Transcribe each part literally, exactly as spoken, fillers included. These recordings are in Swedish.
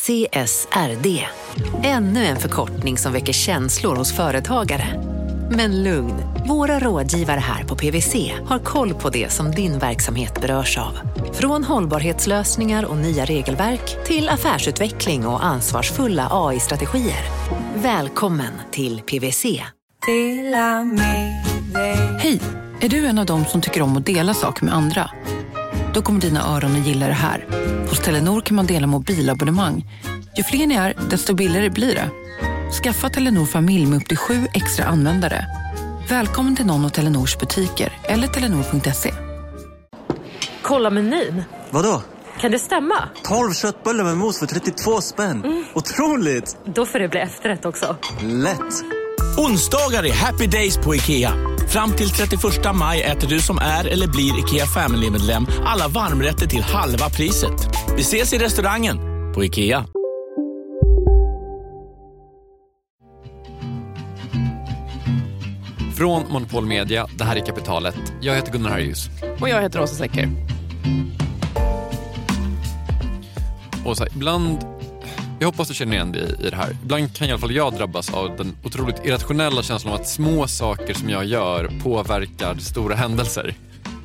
C S R D. Ännu en förkortning som väcker känslor hos företagare. Men lugn, våra rådgivare här på P W C har koll på det som din verksamhet berörs av. Från hållbarhetslösningar och nya regelverk till affärsutveckling och ansvarsfulla A I-strategier. Välkommen till P W C. Hej, är du en av dem som tycker om att dela saker med andra? Då kommer dina öron att gilla det här. Hos Telenor kan man dela mobilabonnemang. Ju fler ni är, desto billigare blir det. Skaffa Telenor familj med upp till sju extra användare. Välkommen till någon av Telenors butiker eller telenor punkt se. Kolla menyn. Vadå? Kan det stämma? tolv köttbullar med mos för trettiotvå spänn. Mm. Otroligt! Då får det bli efterrätt också. Lätt! Onsdagar är happy days på IKEA. Fram till trettioförsta maj äter du som är eller blir IKEA Family-medlem alla varmrätter till halva priset. Vi ses i restaurangen på IKEA. Från Monopol Media, det här är Kapitalet. Jag heter Gunnar Harjus. Och jag heter Åsa Säcker. Åsa, ibland... Jag hoppas du känner igen dig i det här. Ibland kan i alla fall jag drabbas av den otroligt irrationella känslan av att små saker som jag gör påverkar stora händelser.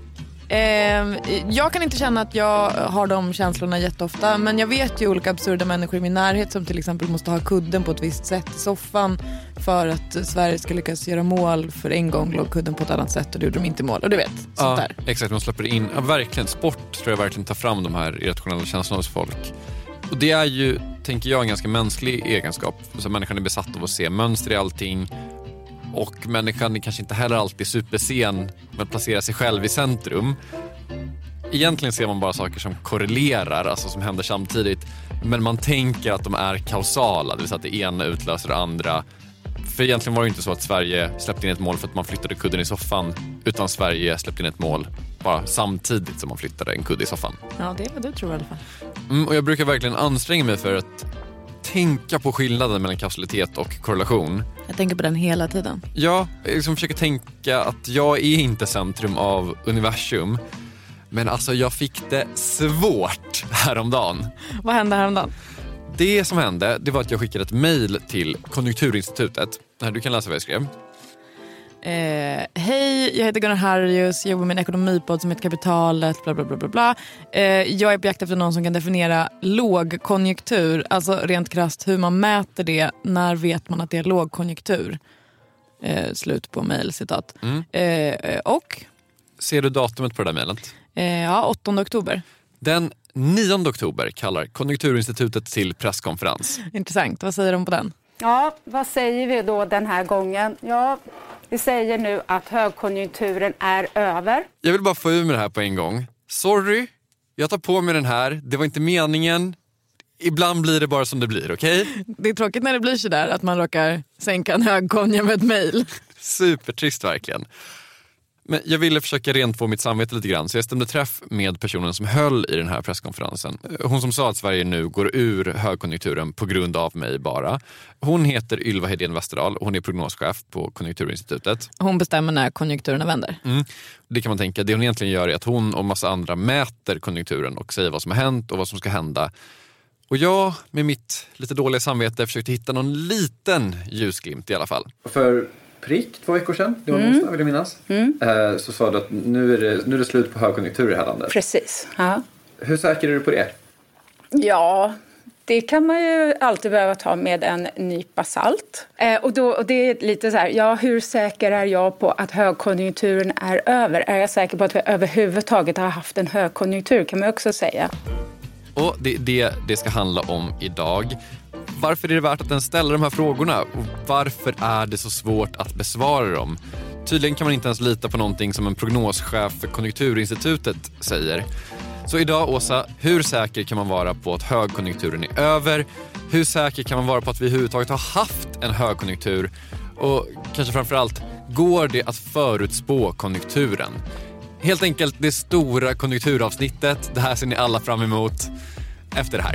Eh, jag kan inte känna att jag har de känslorna jätteofta, men jag vet ju olika absurda människor i min närhet som till exempel måste ha kudden på ett visst sätt i soffan för att Sverige ska lyckas göra mål. För en gång låg kudden på ett annat sätt och det gjorde de inte mål. Och du vet, sånt ja, där. Exakt, man släpper in. Ja, verkligen, sport tror jag verkligen tar fram de här irrationella känslorna hos folk. Och det är ju, tänker jag, en ganska mänsklig egenskap. Så människan är besatt av att se mönster i allting. Och människan är kanske inte heller alltid supersen med att placera sig själv i centrum. Egentligen ser man bara saker som korrelerar, alltså som händer samtidigt. Men man tänker att de är kausala, det vill säga att det ena utlöser det andra. För egentligen var det inte så att Sverige släppte in ett mål för att man flyttade kudden i soffan. Utan Sverige släppte in ett mål bara samtidigt som man flyttade en kudde i soffan. Ja, det är vad du tror i alla fall. Mm, och jag brukar verkligen anstränga mig för att tänka på skillnaden mellan kausalitet och korrelation. Jag tänker på den hela tiden. Ja, jag liksom försöker tänka att jag är inte centrum av universum. Men alltså jag fick det svårt häromdagen. Vad hände häromdagen? Det som hände, det var att jag skickade ett mejl till Konjunkturinstitutet. Här, du kan läsa vad jag skrev. Eh, Hej, jag heter Gunnar Harjus, jag jobbar med en ekonomipodd som heter Kapitalet, bla bla bla bla bla. Eh, jag är på jakt efter någon som kan definiera lågkonjunktur, alltså rent krasst hur man mäter det, när vet man att det är lågkonjunktur. Eh, slut på mejl, citat. Mm. Eh, och? Ser du datumet på det där mejlet? Eh, ja, åttonde oktober. Den nionde oktober kallar Konjunkturinstitutet till presskonferens. Intressant, vad säger de på den? Ja, vad säger vi då den här gången? Ja, vi säger nu att högkonjunkturen är över. Jag vill bara få ur med det här på en gång. Sorry, jag tar på mig den här. Det var inte meningen. Ibland blir det bara som det blir, okej? Okay? Det är tråkigt när det blir så där att man råkar sänka en högkonja med ett mejl. Supertrist verkligen. Men jag ville försöka rent få mitt samvete lite grann, så jag stämde träff med personen som höll i den här presskonferensen. Hon som sa att Sverige nu går ur högkonjunkturen på grund av mig bara. Hon heter Ylva Hedén Westerdahl och hon är prognoschef på Konjunkturinstitutet. Hon bestämmer när konjunkturerna vänder. Mm. Det kan man tänka. Det hon egentligen gör är att hon och massa andra mäter konjunkturen och säger vad som har hänt och vad som ska hända. Och jag, med mitt lite dåliga samvete, försökte hitta någon liten ljusglimt i alla fall. För prick två veckor sedan, det var Mm. onsdag, vill jag minnas, Mm. eh, så sa du att nu är, det, nu är det slut på högkonjunktur i det här landet. Precis, ja. Hur säker är du på det? Ja, det kan man ju alltid behöva ta med en nypa salt. Eh, och, då, och det är lite så här, ja, hur säker är jag på att högkonjunkturen är över? Är jag säker på att vi överhuvudtaget har haft en högkonjunktur, kan man också säga. Och det är det det ska handla om idag. Varför är det värt att den ställer de här frågorna? Och varför är det så svårt att besvara dem? Tydligen kan man inte ens lita på någonting som en prognoschef för Konjunkturinstitutet säger. Så idag, Åsa, hur säker kan man vara på att högkonjunkturen är över? Hur säker kan man vara på att vi överhuvudtaget har haft en högkonjunktur? Och kanske framförallt, går det att förutspå konjunkturen? Helt enkelt det stora konjunkturavsnittet. Det här ser ni alla fram emot efter det här.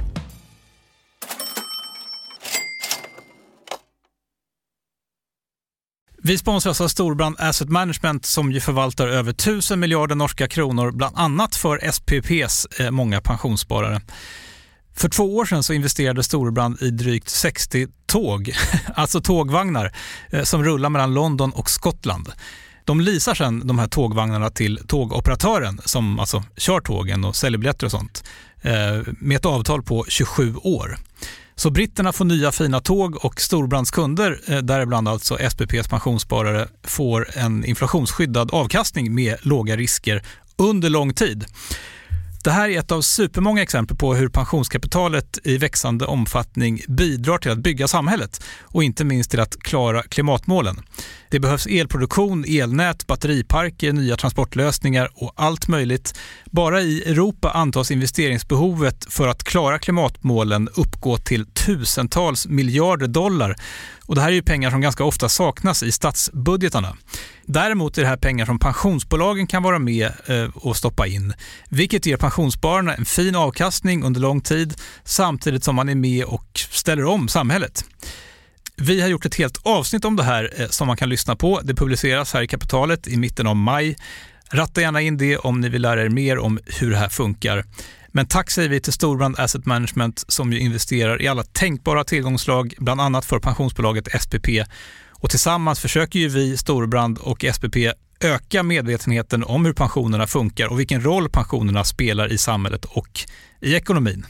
Vi sponsras av Storbrand Asset Management som ju förvaltar över tusen miljarder norska kronor, bland annat för S P P:s eh, många pensionssparare. För två år sedan så investerade Storebrand i drygt sextio tåg, alltså tågvagnar, som rullar mellan London och Skottland. De leasar sedan de här tågvagnarna till tågoperatören som alltså kör tågen och säljer biljetter och sånt med ett avtal på tjugosju år. Så britterna får nya fina tåg och Storebrands kunder, däribland alltså S P P:s pensionssparare, får en inflationsskyddad avkastning med låga risker under lång tid. Det här är ett av supermånga exempel på hur pensionskapitalet i växande omfattning bidrar till att bygga samhället och inte minst till att klara klimatmålen. Det behövs elproduktion, elnät, batteriparker, nya transportlösningar och allt möjligt. Bara i Europa antas investeringsbehovet för att klara klimatmålen uppgå till tusentals miljarder dollar. Och det här är ju pengar som ganska ofta saknas i statsbudgetarna. Däremot är det här pengar som pensionsbolagen kan vara med och stoppa in, vilket ger pensionsspararna en fin avkastning under lång tid samtidigt som man är med och ställer om samhället. Vi har gjort ett helt avsnitt om det här som man kan lyssna på. Det publiceras här i Kapitalet i mitten av maj. Ratta gärna in det om ni vill lära er mer om hur det här funkar. Men tack säger vi till Storebrand Asset Management som ju investerar i alla tänkbara tillgångslag, bland annat för pensionsbolaget S P P. Och tillsammans försöker ju vi, Storebrand och S P P, öka medvetenheten om hur pensionerna funkar och vilken roll pensionerna spelar i samhället och i ekonomin.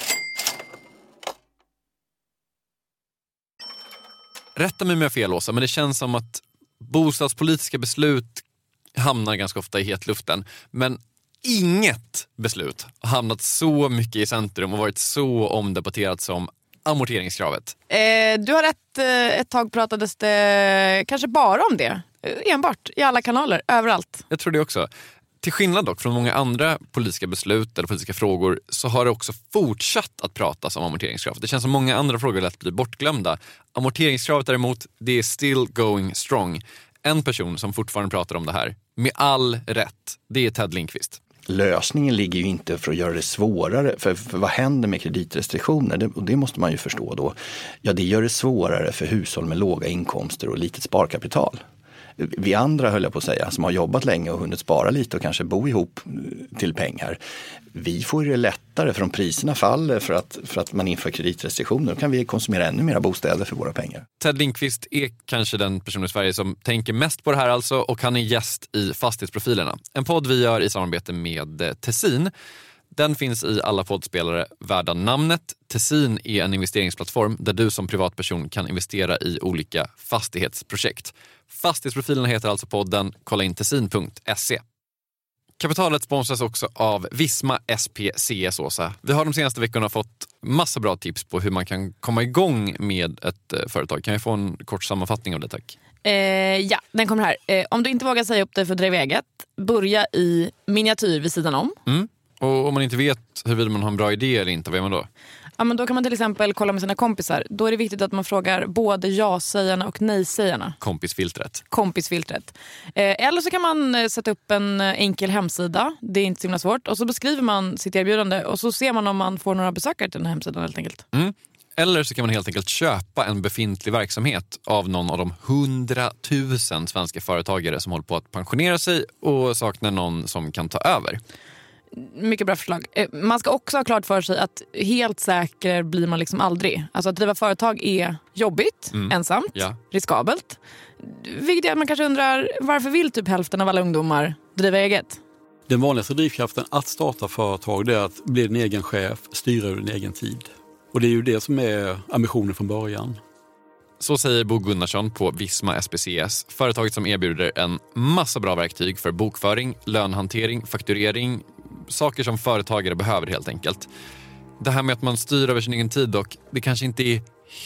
Rätta mig om jag har fel, Åsa, men det känns som att bostadspolitiska beslut hamnar ganska ofta i hetluften. Men inget beslut har hamnat så mycket i centrum och varit så omdebatterat som amorteringskravet. Eh, du har rätt, eh, ett tag pratades det kanske bara om det. Eh, enbart, i alla kanaler, överallt. Jag tror det också. Till skillnad dock från många andra politiska beslut eller politiska frågor så har det också fortsatt att pratas om amorteringskravet. Det känns som många andra frågor lätt blir bortglömda. Amorteringskravet däremot, det är still going strong. En person som fortfarande pratar om det här, med all rätt, det är Ted Lindqvist. Lösningen ligger ju inte för att göra det svårare. För, för vad händer med kreditrestriktioner? Det, och det måste man ju förstå då. Ja, det gör det svårare för hushåll med låga inkomster och litet sparkapital. Vi andra, höll jag på att säga, som har jobbat länge och hunnit spara lite och kanske bo ihop till pengar. Vi får det lättare för om priserna faller för att, för att man inför kreditrestriktioner. Då kan vi konsumera ännu mera bostäder för våra pengar. Ted Lindqvist är kanske den person i Sverige som tänker mest på det här alltså, och han är gäst i Fastighetsprofilerna. En podd vi gör i samarbete med Tessin. Den finns i alla poddspelare värda namnet. Tessin är en investeringsplattform där du som privatperson kan investera i olika fastighetsprojekt. Fastighetsprofilerna heter alltså podden. Kolla in tessin punkt se. Kapitalet sponsras också av Visma S P C S, Åsa. Vi har de senaste veckorna fått massa bra tips på hur man kan komma igång med ett företag. Kan jag få en kort sammanfattning av det, tack? Eh, ja, den kommer här. Eh, om du inte vågar säga upp det för driv eget, börja i miniatyr vid sidan om. Mm. Och om man inte vet huruvida man har en bra idé eller inte, vad gör man då? Ja, men då kan man till exempel kolla med sina kompisar. Då är det viktigt att man frågar både ja-sägarna och nej-sägarna. Kompisfiltret. Kompisfiltret. Eh, eller så kan man sätta upp en enkel hemsida. Det är inte så himla svårt. Och så beskriver man sitt erbjudande och så ser man om man får några besökare till den här hemsidan helt enkelt. Mm. Eller så kan man helt enkelt köpa en befintlig verksamhet av någon av de hundratusen svenska företagare som håller på att pensionera sig och saknar någon som kan ta över. Mycket bra förslag. Man ska också ha klart för sig att helt säker blir man liksom aldrig. Alltså att driva företag är jobbigt, mm. ensamt, ja. riskabelt. Vilket är att man kanske undrar, varför vill typ hälften av alla ungdomar driva eget? Den vanligaste drivkraften att starta företag är att bli en egen chef, styra över din egen tid. Och det är ju det som är ambitionen från början. Så säger Bo Gunnarsson på Visma S P C S, företaget som erbjuder en massa bra verktyg för bokföring, lönhantering, fakturering, saker som företagare behöver helt enkelt. Det här med att man styr över sin egen tid dock, det kanske inte är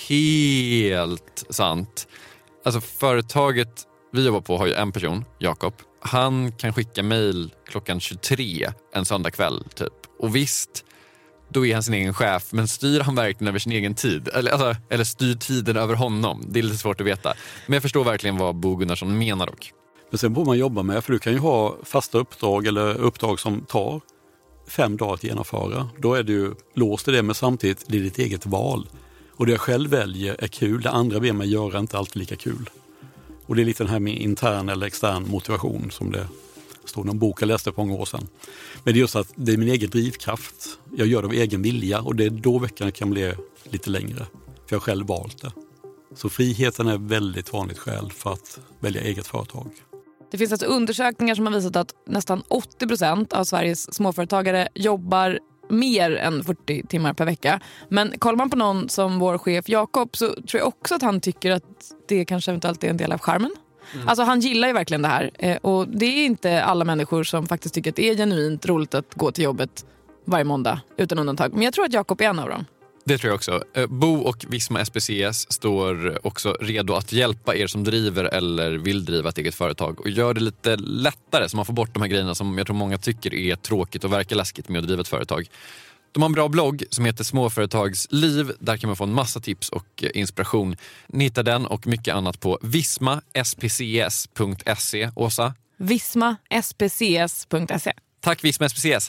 helt sant. Alltså företaget vi jobbar på har ju en person, Jakob. Han kan skicka mejl klockan tjugotre en söndagkväll typ. Och visst, då är han sin egen chef, men styr han verkligen över sin egen tid? Eller, alltså, eller styr tiden över honom? Det är lite svårt att veta. Men jag förstår verkligen vad Bo Gunnarsson menar dock. Men sen får man jobba med, för du kan ju ha fasta uppdrag eller uppdrag som tar fem dagar att genomföra. Då är du ju låst i det, men samtidigt det är ditt eget val. Och det jag själv väljer är kul, det andra ber mig göra inte alltid lika kul. Och det är lite den här med intern eller extern motivation som det stod någon bok jag läste på många år sedan. Men det är just att det är min egen drivkraft. Jag gör det av egen vilja och det är då veckan kan bli lite längre. För jag har själv valt det. Så friheten är väldigt vanligt skäl för att välja eget företag. Det finns alltså undersökningar som har visat att nästan åttio procent av Sveriges småföretagare jobbar mer än fyrtio timmar per vecka. Men kollar man på någon som vår chef Jakob så tror jag också att han tycker att det kanske eventuellt är en del av charmen. Mm. Alltså han gillar ju verkligen det här. Och det är inte alla människor som faktiskt tycker att det är genuint roligt att gå till jobbet varje måndag utan undantag. Men jag tror att Jakob är en av dem. Det tror jag också. Bo och Visma S P C S står också redo att hjälpa er som driver eller vill driva ett eget företag och gör det lite lättare så man får bort de här grejerna som jag tror många tycker är tråkigt och verkar läskigt med att driva ett företag. De har en bra blogg som heter Småföretagsliv. Där kan man få en massa tips och inspiration. Ni hittar den och mycket annat på visma s p c s punkt se. Åsa? visma s p c s punkt se. Tack Visma S P C S.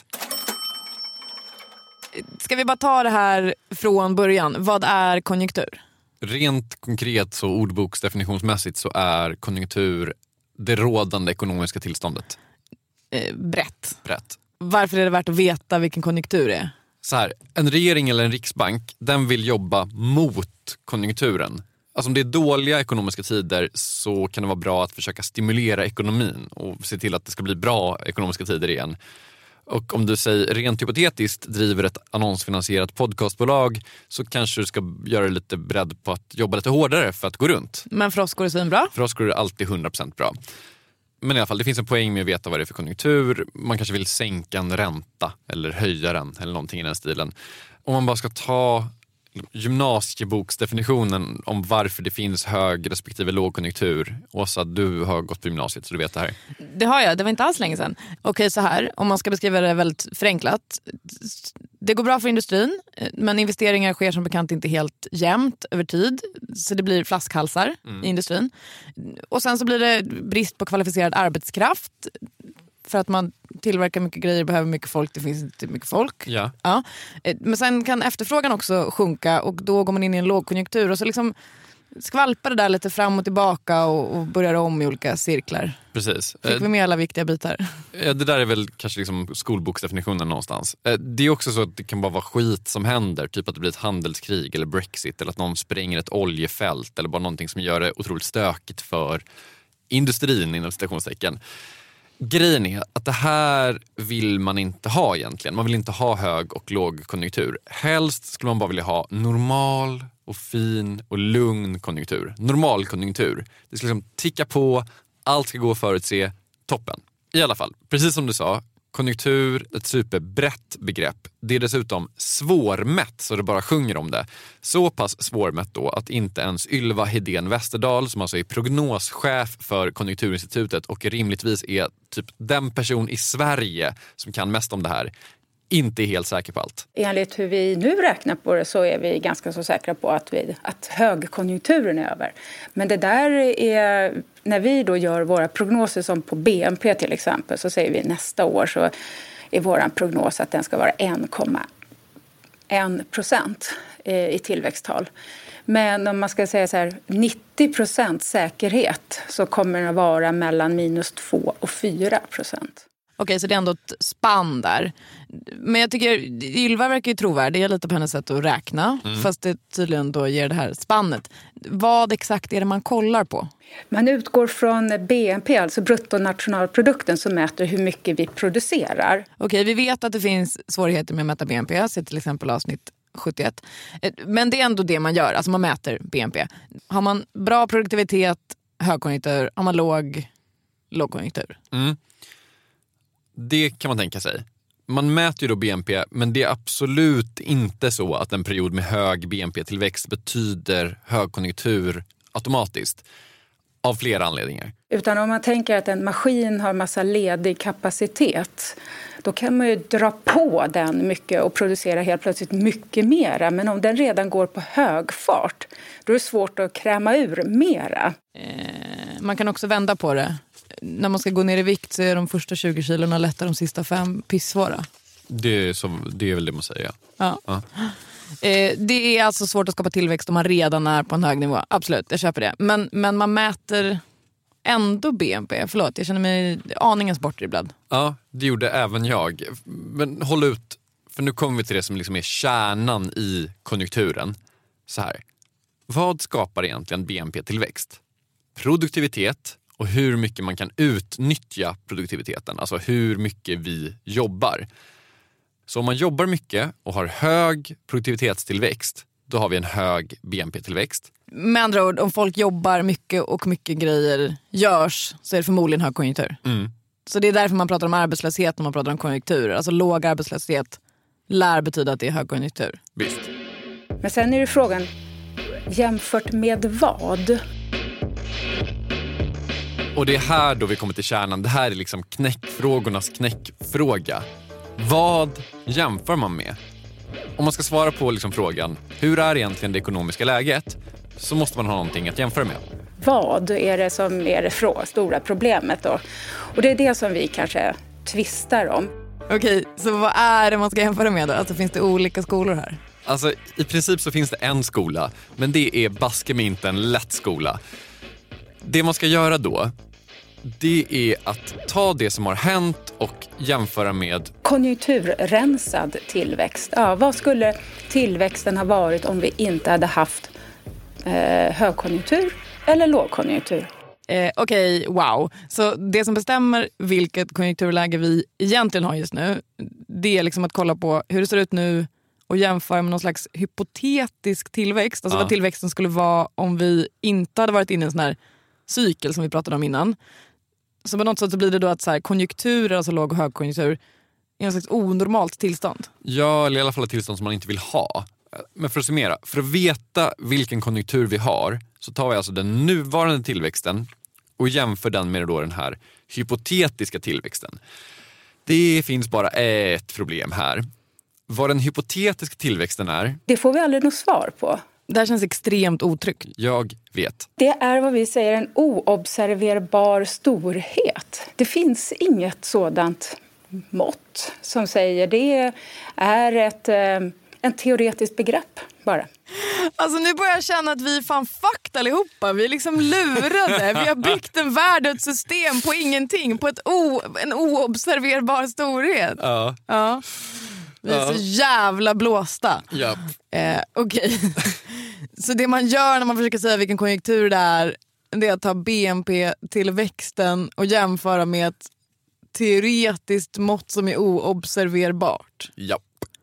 Ska vi bara ta det här från början? Vad är konjunktur? Rent konkret så ordboksdefinitionsmässigt så är konjunktur det rådande ekonomiska tillståndet. Eh, brett. Brett. Varför är det värt att veta vilken konjunktur det är? Så här, en regering eller en riksbank, den vill jobba mot konjunkturen. Alltså om det är dåliga ekonomiska tider så kan det vara bra att försöka stimulera ekonomin och se till att det ska bli bra ekonomiska tider igen. Och om du säger rent hypotetiskt driver ett annonsfinansierat podcastbolag så kanske du ska göra dig lite beredd på att jobba lite hårdare för att gå runt. Men för oss går det så bra? För oss går det alltid hundra procent bra. Men i alla fall, det finns en poäng med att veta vad det är för konjunktur. Man kanske vill sänka en ränta eller höja den eller någonting i den stilen. Om man bara ska ta gymnasieboksdefinitionen om varför det finns hög respektive lågkonjunktur. Åsa, du har gått på gymnasiet så du vet det här. Det har jag, det var inte alls länge sedan. Okej, så här, om man ska beskriva det väldigt förenklat. Det går bra för industrin, men investeringar sker som bekant inte helt jämnt över tid. Så det blir flaskhalsar mm. i industrin. Och sen så blir det brist på kvalificerad arbetskraft. För att man tillverkar mycket grejer behöver mycket folk, det finns inte mycket folk. Ja. Ja. Men sen kan efterfrågan också sjunka och då går man in i en lågkonjunktur och så liksom skvalpar det där lite fram och tillbaka och, och börjar om i olika cirklar. Precis. Fick vi med alla viktiga bitar? Ja, det där är väl kanske liksom skolboksdefinitionen någonstans. Det är också så att det kan bara vara skit som händer, typ att det blir ett handelskrig eller Brexit eller att någon spränger ett oljefält eller bara någonting som gör det otroligt stökigt för industrin inom citationstecken. Grejen är att det här vill man inte ha egentligen. Man vill inte ha hög och låg konjunktur. Helst skulle man bara vilja ha normal och fin och lugn konjunktur. Normal konjunktur. Det ska liksom ticka på, allt ska gå att förutse, toppen. I alla fall, precis som du sa, konjunktur, ett superbrett begrepp. Det är dessutom svårmätt så det bara sjunger om det. Så pass svårmätt då att inte ens Ylva Hedén Westerdahl, som alltså är prognoschef för Konjunkturinstitutet och rimligtvis är typ den person i Sverige som kan mest om det här, inte är helt säker på allt. Enligt hur vi nu räknar på det så är vi ganska så säkra på att, vi, att högkonjunkturen är över. Men det där är, när vi då gör våra prognoser som på B N P till exempel, så säger vi nästa år så är vår prognos att den ska vara en komma en procent i tillväxttal. Men om man ska säga så här, nittio procent säkerhet så kommer den att vara mellan minus två och fyra procent. Okej, så det är ändå ett spann där. Men jag tycker, Ylva verkar ju trovärdig. Jag litar på hennes sätt att räkna. Mm. Fast det tydligen då ger det här spannet. Vad exakt är det man kollar på? Man utgår från B N P, alltså bruttonationalprodukten, som mäter hur mycket vi producerar. Okej, vi vet att det finns svårigheter med att mäta B N P. Se till exempel avsnitt sjuttioett. Men det är ändå det man gör. Alltså man mäter B N P. Har man bra produktivitet, högkonjunktur. Har man låg, lågkonjunktur. Mm. Det kan man tänka sig. Man mäter ju då B N P, men det är absolut inte så att en period med hög B N P-tillväxt betyder högkonjunktur automatiskt. Av flera anledningar. Utan om man tänker att en maskin har massa ledig kapacitet, då kan man ju dra på den mycket och producera helt plötsligt mycket mera. Men om den redan går på hög fart, då är det svårt att kräma ur mera. Eh, man kan också vända på det. När man ska gå ner i vikt så är de första tjugo kilorna lättare, de sista fem pissvåra. Det är, så, det är väl det man säger. Ja. Ja. Eh, det är alltså svårt att skapa tillväxt om man redan är på en hög nivå. Absolut, jag köper det. Men, men man mäter ändå B N P? Förlåt, jag känner mig aningen sport ibland. Ja, det gjorde även jag. Men håll ut, för nu kommer vi till det som liksom är kärnan i konjunkturen. Så här, vad skapar egentligen B N P-tillväxt? Produktivitet och hur mycket man kan utnyttja produktiviteten. Alltså hur mycket vi jobbar. Så om man jobbar mycket och har hög produktivitetstillväxt, då har vi en hög B N P-tillväxt. Med andra ord, om folk jobbar mycket och mycket grejer görs, så är det förmodligen högkonjunktur. Mm. Så det är därför man pratar om arbetslöshet när man pratar om konjunkturer. Alltså låg arbetslöshet lär betyda att det är högkonjunktur. Visst. Men sen är det frågan, jämfört med vad? Och det är här då vi kommer till kärnan. Det här är liksom knäckfrågornas knäckfråga. Vad jämför man med? Om man ska svara på liksom frågan, hur är egentligen det ekonomiska läget? Så måste man ha någonting att jämföra med. Vad är det som är det frå- stora problemet då? Och det är det som vi kanske tvistar om. Okej, så vad är det man ska jämföra med då? Alltså finns det olika skolor här? Alltså i princip så finns det en skola, men det är baske mig inte en lätt skola. Det man ska göra då, det är att ta det som har hänt och jämföra med konjunkturrensad tillväxt. Ja, vad skulle tillväxten ha varit om vi inte hade haft eh, högkonjunktur eller lågkonjunktur? Eh, Okej, okay, wow. Så det som bestämmer vilket konjunkturläge vi egentligen har just nu, det är liksom att kolla på hur det ser ut nu och jämföra med någon slags hypotetisk tillväxt. Alltså ja. Vad tillväxten skulle vara om vi inte hade varit inne i en sån här cykel som vi pratade om innan. Så på något sätt så blir det då att så här, konjunkturer, alltså låg- och högkonjunktur, är en slags onormalt tillstånd. Ja, eller i alla fall ett tillstånd som man inte vill ha. Men för att summera, för att veta vilken konjunktur vi har så tar vi alltså den nuvarande tillväxten och jämför den med då den här hypotetiska tillväxten. Det finns bara ett problem här. Vad den hypotetiska tillväxten är... Det får vi aldrig något svar på. Det här känns extremt otryggt. Jag vet. Det är vad vi säger en oobserverbar storhet. Det finns inget sådant mått som säger det är ett, en teoretiskt begrepp bara. Alltså nu börjar jag känna att vi är fan fucked allihopa. Vi är liksom lurade. Vi har byggt en värld och ett system på ingenting. På ett o, en oobserverbar storhet. Ja. Ja. Vi är ja. så jävla blåsta. Japp. Eh, Okej. Okay. Så det man gör när man försöker säga vilken konjunktur det är, det är att ta B N P-tillväxten och jämföra med ett teoretiskt mått som är oobserverbart. Japp.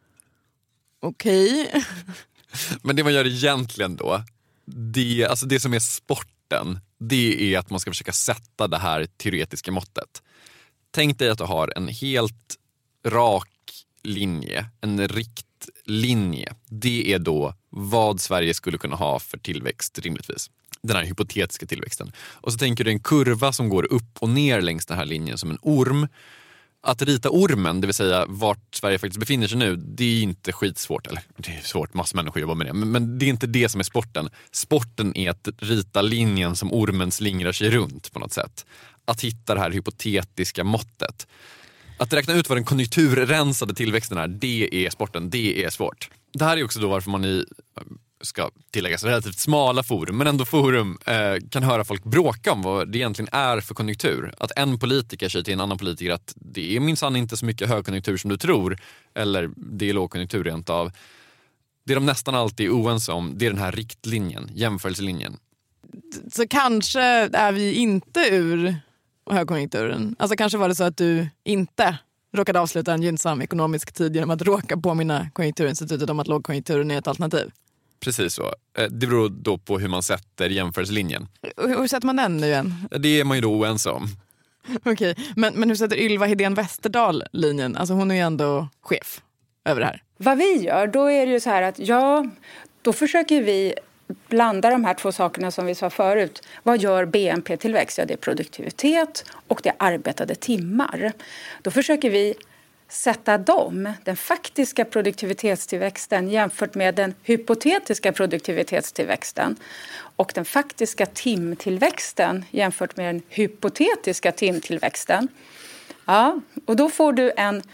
Okej. Okay. Men det man gör egentligen då, det, alltså det som är sporten, det är att man ska försöka sätta det här teoretiska måttet. Tänk dig att du har en helt rak linje, en riktlinje. Det är då vad Sverige skulle kunna ha för tillväxt rimligtvis. Den här hypotetiska tillväxten. Och så tänker du en kurva som går upp och ner längs den här linjen som en orm. Att rita ormen, det vill säga vart Sverige faktiskt befinner sig nu, det är inte skitsvårt. Eller det är svårt, massor människor jobbar med det. Men, men det är inte det som är sporten. Sporten är att rita linjen som ormen slingrar sig runt på något sätt. Att hitta det här hypotetiska måttet. Att räkna ut vad den konjunkturrensade tillväxten är, det är sporten, det är svårt. Det här är också då varför man i, ska tilläggas, relativt smala forum, men ändå forum, eh, kan höra folk bråka om vad det egentligen är för konjunktur. Att en politiker säger till en annan politiker att det är minsann inte så mycket högkonjunktur som du tror, eller det är lågkonjunktur rent av. Det de nästan alltid är oense om, det är den här riktlinjen, jämförelselinjen. Så kanske är vi inte ur högkonjunkturen. Alltså kanske var det så att du inte råkade avsluta en gynnsam ekonomisk tid genom att råka påminna Konjunkturinstitutet om att lågkonjunkturen är ett alternativ. Precis så. Det beror då på hur man sätter jämförelselinjen. Hur sätter man den nu igen? Det är man ju då oense om. Okej, okay. men, men hur sätter Ylva Hedén Westerdahl linjen? Alltså hon är ju ändå chef över det här. Vad vi gör, då är det ju så här att ja, då försöker vi blanda de här två sakerna som vi sa förut. Vad gör B N P-tillväxt? Ja, det är produktivitet och det är arbetade timmar. Då försöker vi sätta dem, den faktiska produktivitetstillväxten jämfört med den hypotetiska produktivitetstillväxten och den faktiska timtillväxten jämfört med den hypotetiska timtillväxten. Ja, och då får du en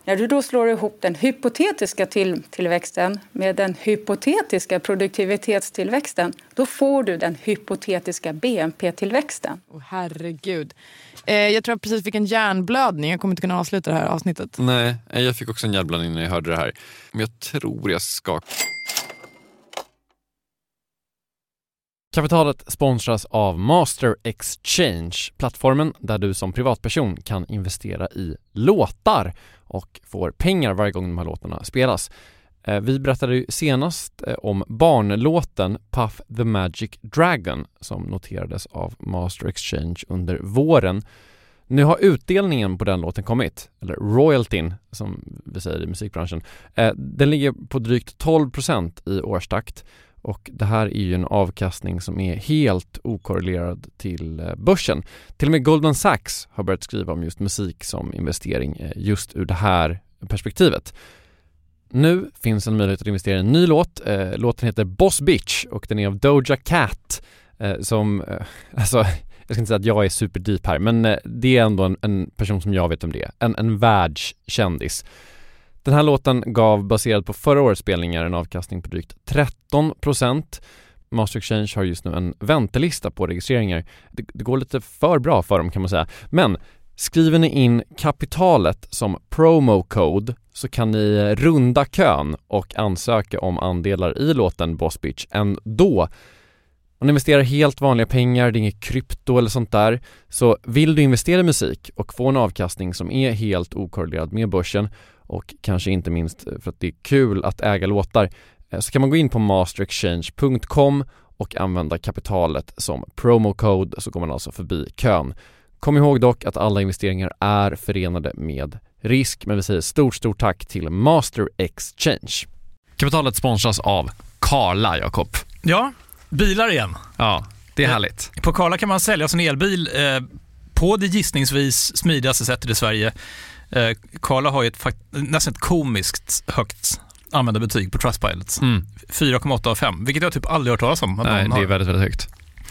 När du då slår ihop den hypotetiska till- tillväxten med den hypotetiska produktivitetstillväxten, då får du den hypotetiska B N P-tillväxten. Åh, herregud. Eh, jag tror jag precis fick en hjärnblödning. Jag kommer inte kunna avsluta det här avsnittet. Nej, jag fick också en hjärnblödning när jag hörde det här. Men jag tror jag ska... Kapitalet sponsras av Master Exchange, plattformen där du som privatperson kan investera i låtar och får pengar varje gång de här låtarna spelas. Vi berättade ju senast om barnlåten Puff the Magic Dragon som noterades av Master Exchange under våren. Nu har utdelningen på den låten kommit, eller royaltyn som vi säger i musikbranschen. Den ligger på drygt tolv procent i årstakt. Och det här är ju en avkastning som är helt okorrelerad till börsen. Till och med Goldman Sachs har börjat skriva om just musik som investering just ur det här perspektivet. Nu finns en möjlighet att investera i en ny låt. Låten heter Boss Bitch och den är av Doja Cat som, alltså jag ska inte säga att jag är super deep här, men det är ändå en, en person som jag vet om det är. En, en världskändis. Den här låten gav, baserad på förra årets spelningar, en avkastning på drygt tretton procent. Master Exchange har just nu en väntelista på registreringar. Det, det går lite för bra för dem kan man säga. Men skriver ni in kapitalet som promo code så kan ni runda kön och ansöka om andelar i låten Boss Bitch ändå. Om ni investerar helt vanliga pengar, det är inget krypto eller sånt där, så vill du investera i musik och få en avkastning som är helt okorrelerad med börsen och kanske inte minst för att det är kul att äga låtar, så kan man gå in på master exchange punkt com och använda kapitalet som promo code, så går man alltså förbi kön. Kom ihåg dock att alla investeringar är förenade med risk, men vi säger stort stort tack till Master Exchange. Kapitalet sponsras av Carla, Jakob. Ja, bilar igen. Ja, det är härligt. På Carla kan man sälja sin elbil eh, på det gissningsvis smidigaste sättet i Sverige. Eh, Carla har ju ett fakt- nästan ett komiskt högt användarbetyg på Trustpilot. Mm. fyra komma åtta av fem, vilket jag typ aldrig hört talas om. Nej, det är väldigt, väldigt högt.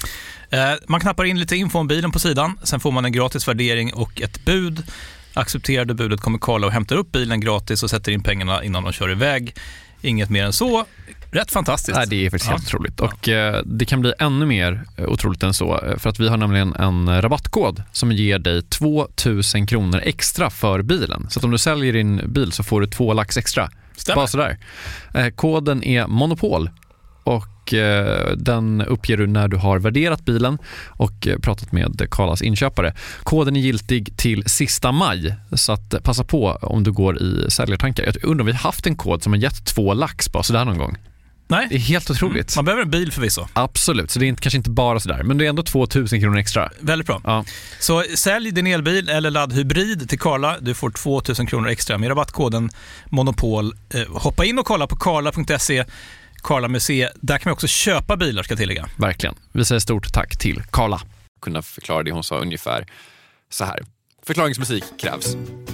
Eh, man knappar in lite info om bilen på sidan, sen får man en gratis värdering och ett bud. Accepterade budet kommer Carla och hämtar upp bilen gratis och sätter in pengarna innan de kör iväg. Inget mer än så. Rätt fantastiskt. Nej, det är faktiskt ja. helt otroligt. Och eh, det kan bli ännu mer otroligt än så. För att vi har nämligen en rabattkod som ger dig två tusen kronor extra för bilen. Så att om du säljer din bil så får du två lax extra. Stämmer. Bara sådär. Eh, koden är Monopol. Och eh, den uppger du när du har värderat bilen och eh, pratat med Carlas inköpare. Koden är giltig till sista maj, så att eh, passa på om du går i säljartankar. Jag undrar om vi har haft en kod som har gett två lax bara sådär någon gång. Nej. Det är helt otroligt. Mm. Man behöver en bil förvisso. Absolut, så det är inte, kanske inte bara sådär, men det är ändå två tusen kronor extra. Väldigt bra. Ja. Så sälj din elbil eller laddhybrid till Carla. Du får två tusen kronor extra med rabattkoden Monopol. Eh, hoppa in och kolla på carla punkt se. Carla Museet. Där kan vi också köpa bilar, ska tillägga. Verkligen. Vi säger stort tack till Carla. Kunna förklara det hon sa ungefär så här. Förklaringsmusik krävs.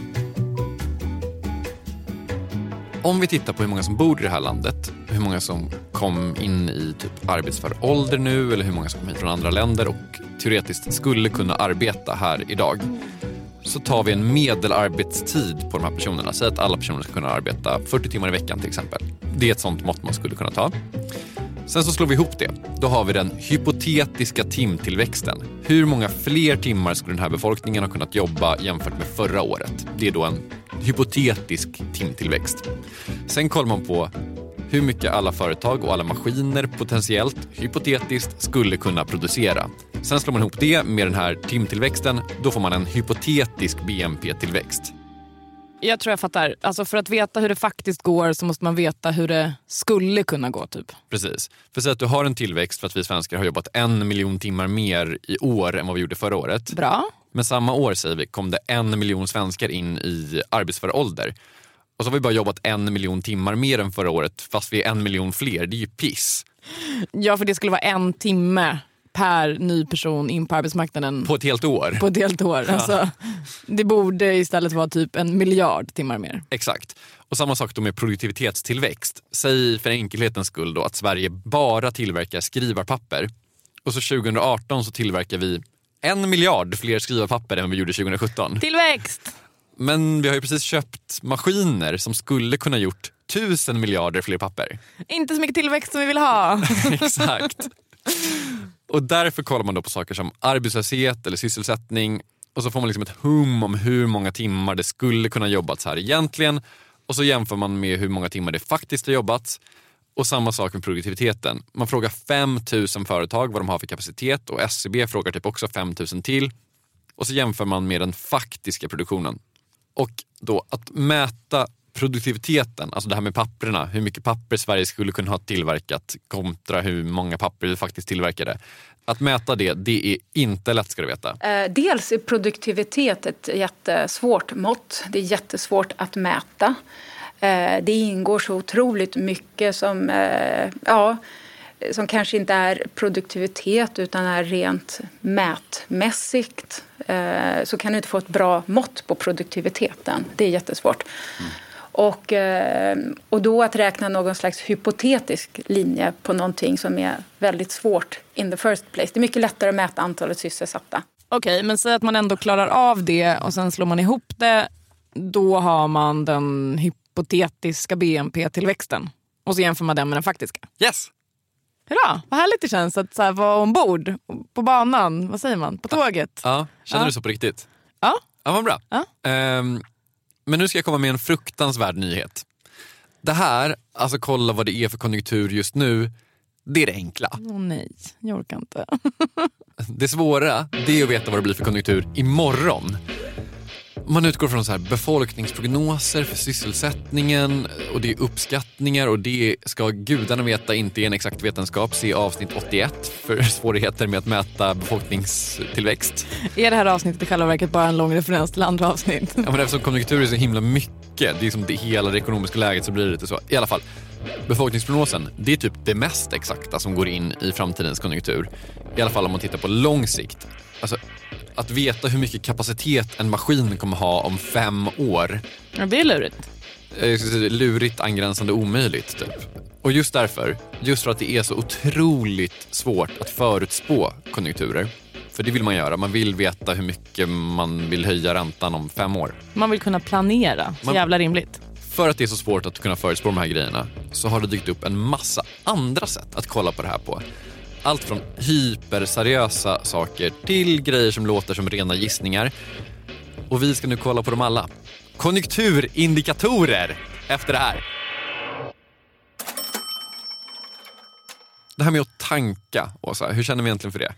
Om vi tittar på hur många som bor i det här landet, hur många som kom in i typ arbetsför ålder nu eller hur många som kom hit från andra länder och teoretiskt skulle kunna arbeta här idag, så tar vi en medelarbetstid på de här personerna. Säg att alla personer ska kunna arbeta fyrtio timmar i veckan till exempel. Det är ett sånt mått man skulle kunna ta. Sen så slår vi ihop det. Då har vi den hypotetiska timtillväxten. Hur många fler timmar skulle den här befolkningen ha kunnat jobba jämfört med förra året? Det är då en hypotetisk timtillväxt. Sen kollar man på hur mycket alla företag och alla maskiner potentiellt, hypotetiskt, skulle kunna producera. Sen slår man ihop det med den här timtillväxten. Då får man en hypotetisk B N P-tillväxt. Jag tror jag fattar. Alltså för att veta hur det faktiskt går så måste man veta hur det skulle kunna gå typ. Precis. För så att du har en tillväxt för att vi svenskar har jobbat en miljon timmar mer i år än vad vi gjorde förra året. Bra. Men samma år, säger vi, kom det en miljon svenskar in i arbetsför ålder. Och så har vi bara jobbat en miljon timmar mer än förra året fast vi är en miljon fler. Det är ju piss. Ja, för det skulle vara en timme per ny person in på arbetsmarknaden. På ett helt år. På ett helt år. Ja. Alltså, det borde istället vara typ en miljard timmar mer. Exakt. Och samma sak då med produktivitetstillväxt. Säg för enkelhetens skull då att Sverige bara tillverkar skrivarpapper. Och så tjugo arton så tillverkar vi en miljard fler skrivarpapper än vi gjorde tjugo sjutton. Tillväxt! Men vi har ju precis köpt maskiner som skulle kunna gjort tusen miljarder fler papper. Inte så mycket tillväxt som vi vill ha. Exakt. Och därför kollar man då på saker som arbetslöshet eller sysselsättning. Och så får man liksom ett hum om hur många timmar det skulle kunna jobbats här egentligen. Och så jämför man med hur många timmar det faktiskt har jobbats. Och samma sak med produktiviteten. Man frågar fem tusen företag vad de har för kapacitet. Och S C B frågar typ också fem tusen till. Och så jämför man med den faktiska produktionen. Och då att mäta produktiviteten, alltså det här med papperna, hur mycket papper Sverige skulle kunna ha tillverkat kontra hur många papper vi faktiskt tillverkade. Att mäta det, det är inte lätt, ska du veta. Eh, dels är produktivitet ett jättesvårt mått. Det är jättesvårt att mäta. Eh, det ingår så otroligt mycket som, eh, ja, som kanske inte är produktivitet utan är rent mätmässigt. Eh, så kan du inte få ett bra mått på produktiviteten. Det är jättesvårt. Mm. Och, och då att räkna någon slags hypotetisk linje på någonting som är väldigt svårt in the first place. Det är mycket lättare att mäta antalet sysselsatta. Okej, men säg att man ändå klarar av det och sen slår man ihop det. Då har man den hypotetiska B N P-tillväxten. Och så jämför man den med den faktiska. Yes! Hurra, vad härligt det känns att så här, vara ombord på banan. Vad säger man? På tåget. Ja, känner ja. du så på riktigt? Ja. Ja, vad bra. Ja. Um, Men nu ska jag komma med en fruktansvärd nyhet. Det här, alltså kolla vad det är för konjunktur just nu, det är det enkla. Åh oh, nej, jag orkar inte. Det svåra, det är att veta vad det blir för konjunktur imorgon. Man utgår från så här befolkningsprognoser för sysselsättningen och det är uppskattningar och det ska gudarna veta inte är en exakt vetenskap. Se avsnitt åttioett för svårigheter med att mäta befolkningstillväxt. Är det här avsnittet i själva verket bara en lång referens till andra avsnitt? Ja, men eftersom konjunktur är så himla mycket, det är som det hela det ekonomiska läget, så blir det lite så. I alla fall, befolkningsprognosen, det är typ det mest exakta som går in i framtidens konjunktur. I alla fall om man tittar på lång sikt. Alltså, att veta hur mycket kapacitet en maskin kommer ha om fem år. Ja, det är lurigt. Lurigt, angränsande, omöjligt typ. Och just därför, just för att det är så otroligt svårt att förutspå konjunkturer. För det vill man göra, man vill veta hur mycket man vill höja räntan om fem år. Man vill kunna planera, så man, jävla rimligt. För att det är så svårt att kunna förutspå de här grejerna så har det dykt upp en massa andra sätt att kolla på det här på. Allt från hyperseriösa saker till grejer som låter som rena gissningar. Och vi ska nu kolla på dem alla. Konjunkturindikatorer efter det här. Det här med att tanka, Åsa, hur känner vi egentligen för det?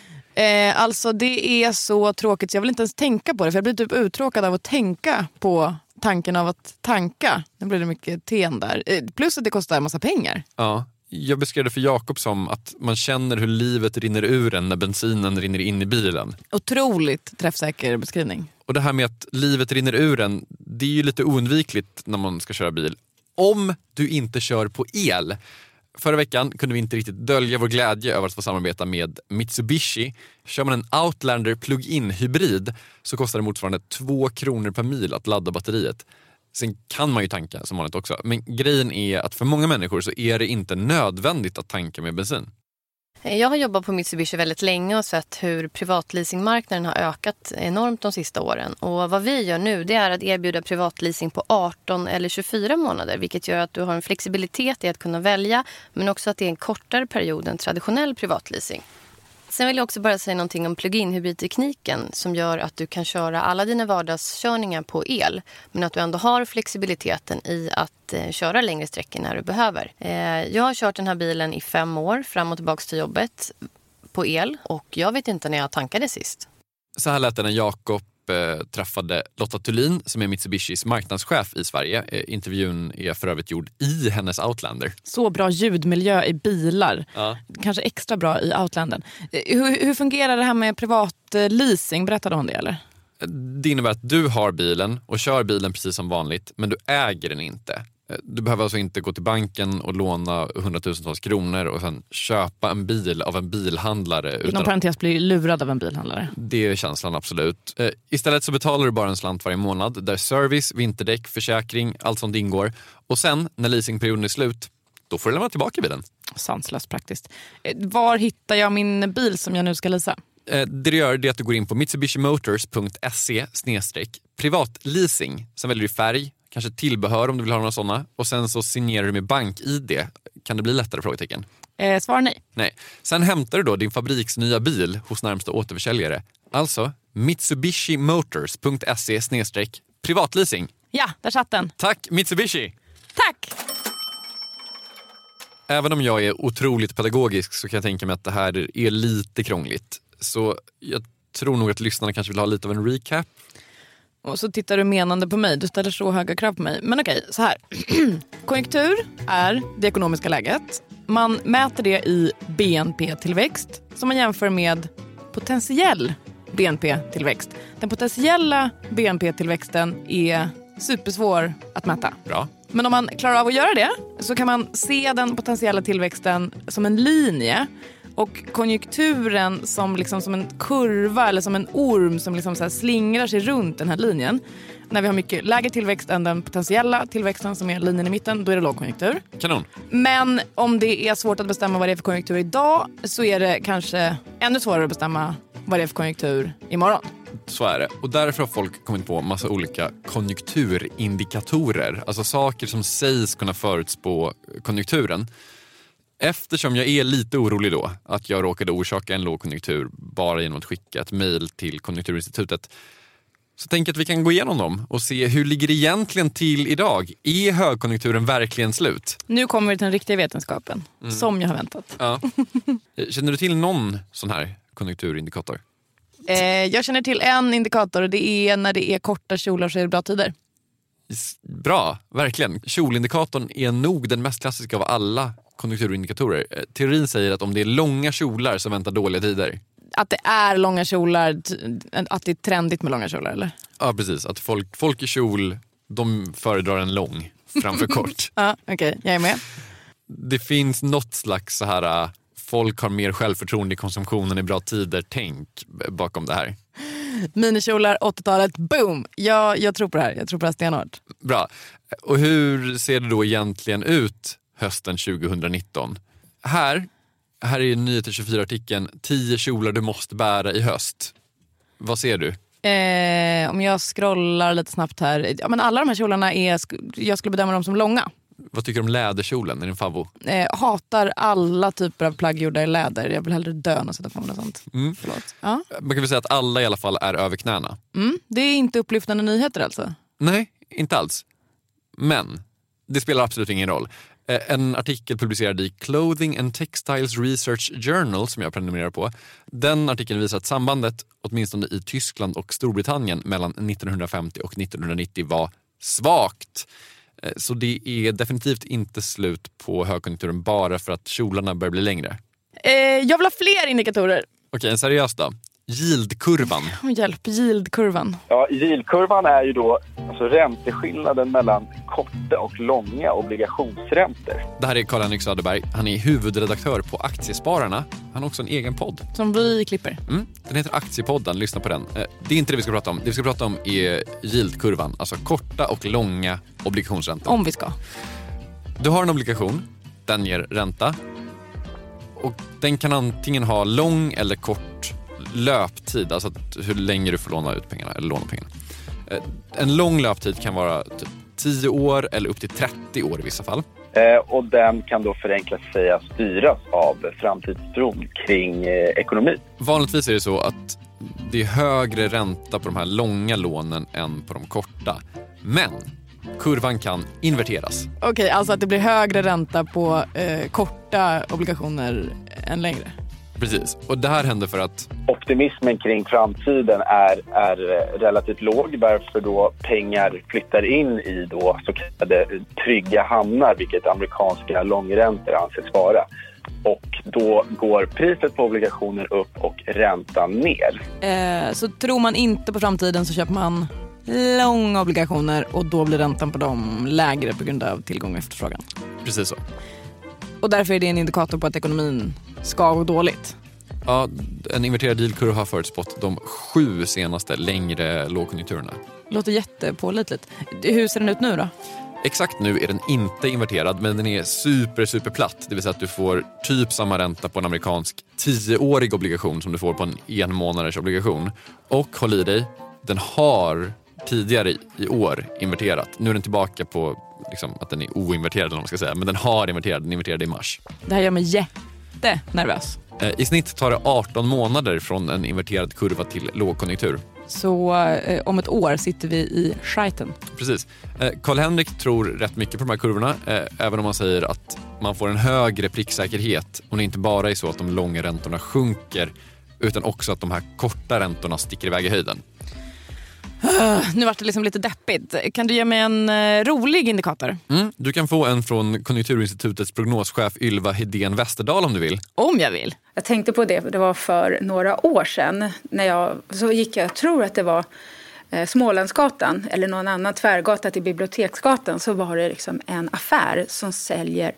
Eh, alltså det är så tråkigt så jag vill inte ens tänka på det. För jag blir typ uttråkad av att tänka på tanken av att tanka. Nu blir det mycket ten där. Eh, plus att det kostar en massa pengar. Ja. Jag beskrev det för Jakob som att man känner hur livet rinner ur en när bensinen rinner in i bilen. Otroligt träffsäker beskrivning. Och det här med att livet rinner ur en, det är ju lite oundvikligt när man ska köra bil. Om du inte kör på el. Förra veckan kunde vi inte riktigt dölja vår glädje över att få samarbeta med Mitsubishi. Kör man en Outlander plug-in hybrid så kostar det motsvarande två kronor per mil att ladda batteriet. Sen kan man ju tanka som vanligt också. Men grejen är att för många människor så är det inte nödvändigt att tanka med bensin. Jag har jobbat på Mitsubishi väldigt länge och sett hur privatleasingmarknaden har ökat enormt de sista åren. Och vad vi gör nu det är att erbjuda privatleasing på arton eller tjugofyra månader. Vilket gör att du har en flexibilitet i att kunna välja men också att det är en kortare period än traditionell privatleasing. Sen vill jag också bara säga någonting om plug-in hybridtekniken som gör att du kan köra alla dina vardagskörningar på el men att du ändå har flexibiliteten i att eh, köra längre sträckor när du behöver. Eh, jag har kört den här bilen i fem år fram och tillbaka till jobbet på el och jag vet inte när jag tankade sist. Så här lät det när Jakob eh, träffade Lotta Thulin som är Mitsubishis marknadschef i Sverige. Eh, intervjun är för övrigt gjord i hennes Outlander. Så bra ljudmiljö i bilar. Ja. Kanske extra bra i Outlandern. Hur, hur fungerar det här med privatleasing? Berättade hon det eller? Det innebär att du har bilen och kör bilen precis som vanligt men du äger den inte. Du behöver alltså inte gå till banken och låna hundratusentals kronor och sen köpa en bil av en bilhandlare. Inom parentes blir lurad av en bilhandlare. Det är känslan, absolut. Istället så betalar du bara en slant varje månad där service, vinterdäck, försäkring, allt sånt ingår. Och sen när leasingperioden är slut, då får du lämna tillbaka bilen. Sanslöst praktiskt. Var hittar jag min bil som jag nu ska leasa? Det du gör är att du går in på mitsubishi motors punkt se snedstreck privatleasing. Sen väljer du färg, kanske tillbehör om du vill ha några sådana. Och sen så signerar du med bank-I D. Kan det bli lättare, frågetecken? Eh, svar nej. Nej. Sen hämtar du då din fabriksnya bil hos närmsta återförsäljare. Alltså mitsubishi motors punkt se snedstreck privatleasing. Ja, där satt den. Tack Mitsubishi! Tack! Även om jag är otroligt pedagogisk så kan jag tänka mig att det här är lite krångligt. Så jag tror nog att lyssnarna kanske vill ha lite av en recap. Och så tittar du menande på mig. Du ställer så höga krav på mig. Men okej, så här. Konjunktur är det ekonomiska läget. Man mäter det i B N P-tillväxt som man jämför med potentiell B N P-tillväxt. Den potentiella B N P-tillväxten är supersvår att mäta. Bra. Men om man klarar av att göra det så kan man se den potentiella tillväxten som en linje och konjunkturen som, liksom, som en kurva eller som en orm som liksom så här slingrar sig runt den här linjen. När vi har mycket lägre tillväxt än den potentiella tillväxten som är linjen i mitten, då är det lågkonjunktur. Kanon. Men om det är svårt att bestämma vad det är för konjunktur idag så är det kanske ännu svårare att bestämma vad det är för konjunktur imorgon. Så är det. Och därför har folk kommit på massa olika konjunkturindikatorer. Alltså saker som sägs kunna förutspå konjunkturen. Eftersom jag är lite orolig då att jag råkade orsaka en lågkonjunktur bara genom att skicka ett mejl till Konjunkturinstitutet, så tänker jag att vi kan gå igenom dem och se hur ligger det egentligen till idag. Är högkonjunkturen verkligen slut? Nu kommer vi till den riktiga vetenskapen, mm. som jag har väntat. Ja. Känner du till någon sån här konjunkturindikator? Eh, jag känner till en indikator och det är när det är korta kjolar så är det bra tider. Bra, verkligen. Kjolindikatorn är nog den mest klassiska av alla konjunkturindikatorer. Teorin säger att om det är långa kjolar så väntar dåliga tider. Att det är långa kjolar, att det är trendigt med långa kjolar, eller? Ja, precis. Att folk, folk i kjol, de föredrar en lång framför kort. Ja, okej. Okay. Jag är med. Det finns något slags så här, folk har mer självförtroende i konsumtionen i bra tider, tänk bakom det här. Minikjolar, åttiotalet, boom! Ja, jag tror på det här. Jag tror på det här stenhårt. Bra. Och hur ser det då egentligen ut hösten tjugonitton? Här, här är Nyheter tjugofyra-artikeln tio kjolar du måste bära i höst. Vad ser du? Eh, om jag scrollar lite snabbt här. Ja, men alla de här kjolarna är, jag skulle bedöma dem som långa. Vad tycker du om läderkjolen? Är din favvo? Eh, hatar alla typer av plagg gjorda i läder. Jag vill hellre dö än att sätta på mig något sånt. Mm. Förlåt. Ja. Man kan väl säga att alla i alla fall är över knäna. Mm. Det är inte upplyftande nyheter alltså? Nej, inte alls. Men det spelar absolut ingen roll. En artikel publicerad i Clothing and Textiles Research Journal som jag prenumererar på. Den artikeln visar att sambandet, åtminstone i Tyskland och Storbritannien, mellan nittonhundrafemtio och nittonhundranittio var svagt. Så det är definitivt inte slut på högkonjunkturen bara för att kjolarna börjar bli längre. Eh, jag vill ha fler indikatorer. Okej, en seriös då. Yieldkurvan. Oh, hjälp, yieldkurvan. Ja, yieldkurvan är ju då alltså ränteskillnaden mellan korta och långa obligationsräntor. Det här är Karl-Henrik Söderberg. Han är huvudredaktör på Aktiespararna. Han har också en egen podd. Som vi klipper. Mm, den heter Aktiepodden, lyssna på den. Det är inte det vi ska prata om. Det vi ska prata om är yieldkurvan. Alltså korta och långa obligationsräntor. Om vi ska. Du har en obligation. Den ger ränta. Och den kan antingen ha lång eller kort löptid, alltså hur länge du får låna ut pengarna eller låna pengarna. En lång löptid kan vara typ tio år eller upp till trettio år i vissa fall. Eh, och den kan då förenklat säga styras av framtidstron kring eh, ekonomi. Vanligtvis är det så att det är högre ränta på de här långa lånen än på de korta. Men kurvan kan inverteras. Okej, okay, alltså att det blir högre ränta på eh, korta obligationer än längre. Precis, och det här händer för att optimismen kring framtiden är, är relativt låg, varför då pengar flyttar in i då så kallade trygga hamnar, vilket amerikanska långräntor anses vara. Och då går priset på obligationer upp och räntan ner. Eh, så tror man inte på framtiden så köper man långa obligationer och då blir räntan på dem lägre på grund av tillgång och efterfrågan. Precis så. Och därför är det en indikator på att ekonomin ska gå dåligt. Ja, en inverterad yieldkurva har förutspått de sju senaste längre lågkonjunkturerna. Låter jättepålitligt. Hur ser den ut nu då? Exakt nu är den inte inverterad, men den är super, super platt. Det vill säga att du får typ samma ränta på en amerikansk tioårig obligation som du får på en en månaders obligation. Och håll i dig, den har tidigare i år inverterat. Nu är den tillbaka på liksom, att den är oinverterad, eller vad man ska säga. Men den har inverterat, den inverterade i mars. Det här gör mig jättenervös. I snitt tar det arton månader från en inverterad kurva till lågkonjunktur. Så eh, om ett år sitter vi i skiten. Precis. Karl-Henrik tror rätt mycket på de här kurvorna, eh, även om man säger att man får en högre pricksäkerhet. Och det är inte bara är så att de långa räntorna sjunker, utan också att de här korta räntorna sticker iväg i höjden. Uh, nu var det liksom lite deppigt. Kan du ge mig en uh, rolig indikator? Mm, du kan få en från Konjunkturinstitutets prognoschef Ylva Hedén Westerdahl om du vill. Om jag vill. Jag tänkte på det, det var för några år sedan. När jag, så gick jag, jag tror att det var eh, Smålandsgatan eller någon annan tvärgata till Biblioteksgatan. Så var det liksom en affär som säljer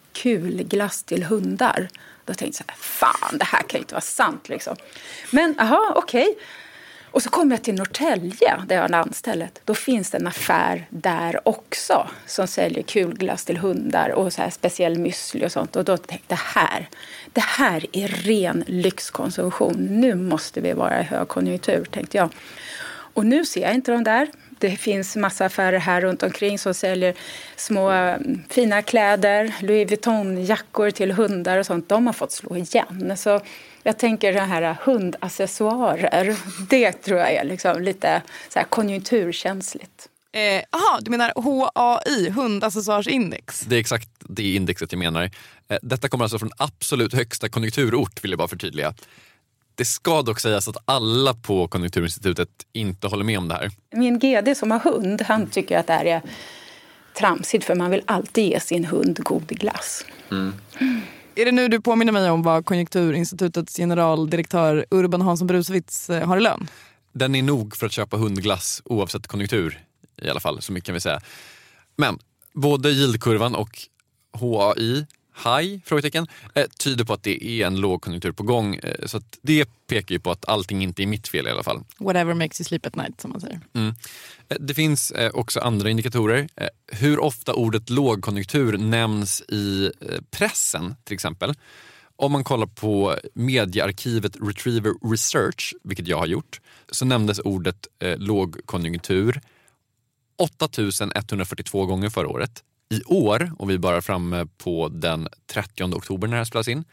kulglass till hundar. Då tänkte jag så här, fan det här kan inte vara sant liksom. Men aha, okej. Okay. Och så kom jag till Norrtälje där jag har landstället. Då finns det en affär där också som säljer kulglass till hundar och så här speciell müsli och sånt. Och då tänkte jag, det här, det här är ren lyxkonsumtion. Nu måste vi vara i högkonjunktur, tänkte jag. Och nu ser jag inte de där. Det finns massa affärer här runt omkring som säljer små fina kläder, Louis Vuitton-jackor till hundar och sånt. De har fått slå igen. Så jag tänker den här hundaccessoarer, det tror jag är liksom lite så här konjunkturkänsligt. Jaha, eh, du menar H A I, hundaccessoarsindex? Det är exakt det indexet jag menar. Eh, detta kommer alltså från absolut högsta konjunkturort, vill jag bara förtydliga. Det ska dock sägas att alla på Konjunkturinstitutet inte håller med om det här. Min G D som har hund, han tycker att det här är tramsigt för man vill alltid ge sin hund god glass. Mm. Är det nu du påminner mig om vad Konjunkturinstitutets generaldirektör Urban Hansson Brusewitz har i lön? Den är nog för att köpa hundglass oavsett konjunktur i alla fall, så mycket kan vi säga. Men både yieldkurvan och H A I, high, frågetecken, eh, tyder på att det är en lågkonjunktur på gång. Eh, så att det pekar ju på att allting inte är mitt fel i alla fall. Whatever makes you sleep at night, som man säger. Mm. Eh, det finns eh, också andra indikatorer. Eh, hur ofta ordet lågkonjunktur nämns i eh, pressen, till exempel. Om man kollar på mediearkivet Retriever Research, vilket jag har gjort, så nämndes ordet eh, lågkonjunktur åtta tusen etthundrafyrtiotvå gånger förra året. I år, och vi är bara framme på den trettionde oktober när det här spelas in,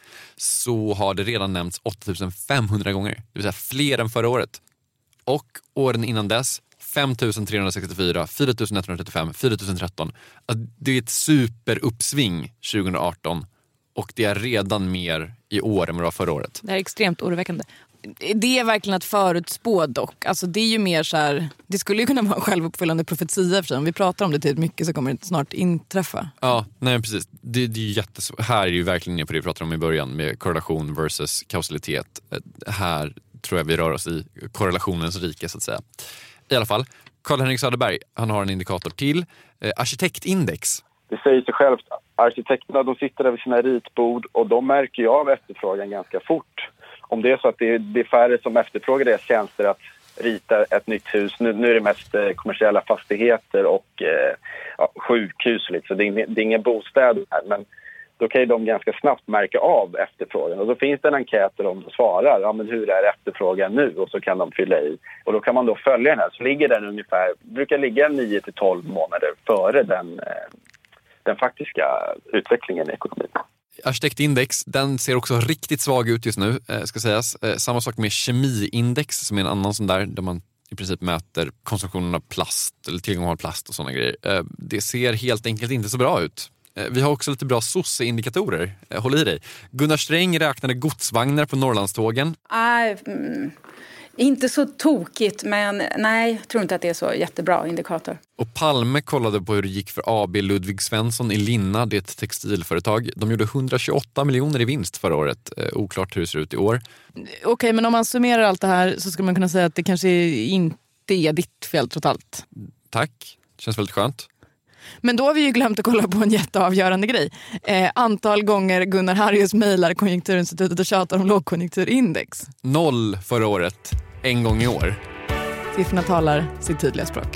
så har det redan nämnts åtta tusen femhundra gånger. Det vill säga fler än förra året. Och åren innan dess, fem tusen trehundrasextiofyra, fyra tusen etthundratrettiofem, fyra tusen tretton. Det är ett superuppsving tjugoarton och det är redan mer i år än vad det var förra året. Det är extremt oroväckande. Det är verkligen att förutspå dock. Alltså det är ju mer så här, det skulle ju kunna vara en självuppfyllande profetia för sig. Om vi pratar om det till mycket så kommer det snart inträffa. Ja, nej precis. Det, det är ju jättesvårt. Här är ju verkligen inne på det vi pratade om i början med korrelation versus kausalitet. Här tror jag vi rör oss i korrelationens rike så att säga. I alla fall, Karl-Henrik Söderberg, han har en indikator till. Eh, arkitektindex. Det säger sig självt. Arkitekterna, de sitter där vid sina ritbord och de märker ju av efterfrågan ganska fort. Om det är så att det är, det är färre som efterfrågar deras tjänster att rita ett nytt hus. Nu, nu är det mest eh, kommersiella fastigheter och eh, ja, sjukhus. Liksom. Det, är, det är inga bostäder här, men då kan ju de ganska snabbt märka av efterfrågan. Och då finns det en enkät där de svarar, ja men hur är efterfrågan nu? Och så kan de fylla i. Och då kan man då följa den här. Så ligger den ungefär, brukar ligga nio till tolv månader före den, eh, den faktiska utvecklingen i ekonomin. Arkitektindex, den ser också riktigt svag ut just nu, eh, ska sägas. Eh, samma sak med kemiindex som är en annan sån där, där man i princip mäter konsumtionen av plast eller tillgång av plast och såna grejer. Eh, det ser helt enkelt inte så bra ut. Eh, vi har också lite bra sosseindikatorer. Eh, håll i dig. Gunnar Sträng räknade godsvagnar på Norrlandstågen. Nej, mm, inte så tokigt, men nej, jag tror inte att det är så jättebra indikator. Och Palme kollade på hur det gick för A B Ludvig Svensson i Linna, det är ett textilföretag. De gjorde hundratjugoåtta miljoner i vinst förra året. Eh, oklart hur det ser ut i år. Okej, men om man summerar allt det här så skulle man kunna säga att det kanske inte är ditt fel trots allt. Tack, känns väldigt skönt. Men då har vi ju glömt att kolla på en jätteavgörande grej. Eh, antal gånger Gunnar Harrius mejlar Konjunkturinstitutet och tjatar om lågkonjunkturindex. Noll förra året, en gång i år. Siffrorna talar sitt tydliga språk.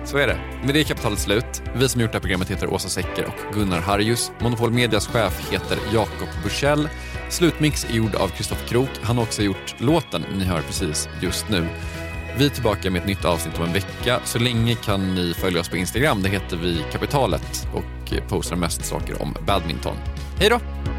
Så är det. Med det är Kapitalet slut. Vi som gjort det här programmet heter Åsa Secker och Gunnar Harjus. Monopol Medias chef heter Jakob Bursell. Slutmix är gjord av Kristoffer Krok. Han har också gjort låten ni hör precis just nu. Vi är tillbaka med ett nytt avsnitt om en vecka. Så länge kan ni följa oss på Instagram. Det heter vi Kapitalet och postar mest saker om badminton. Hej då!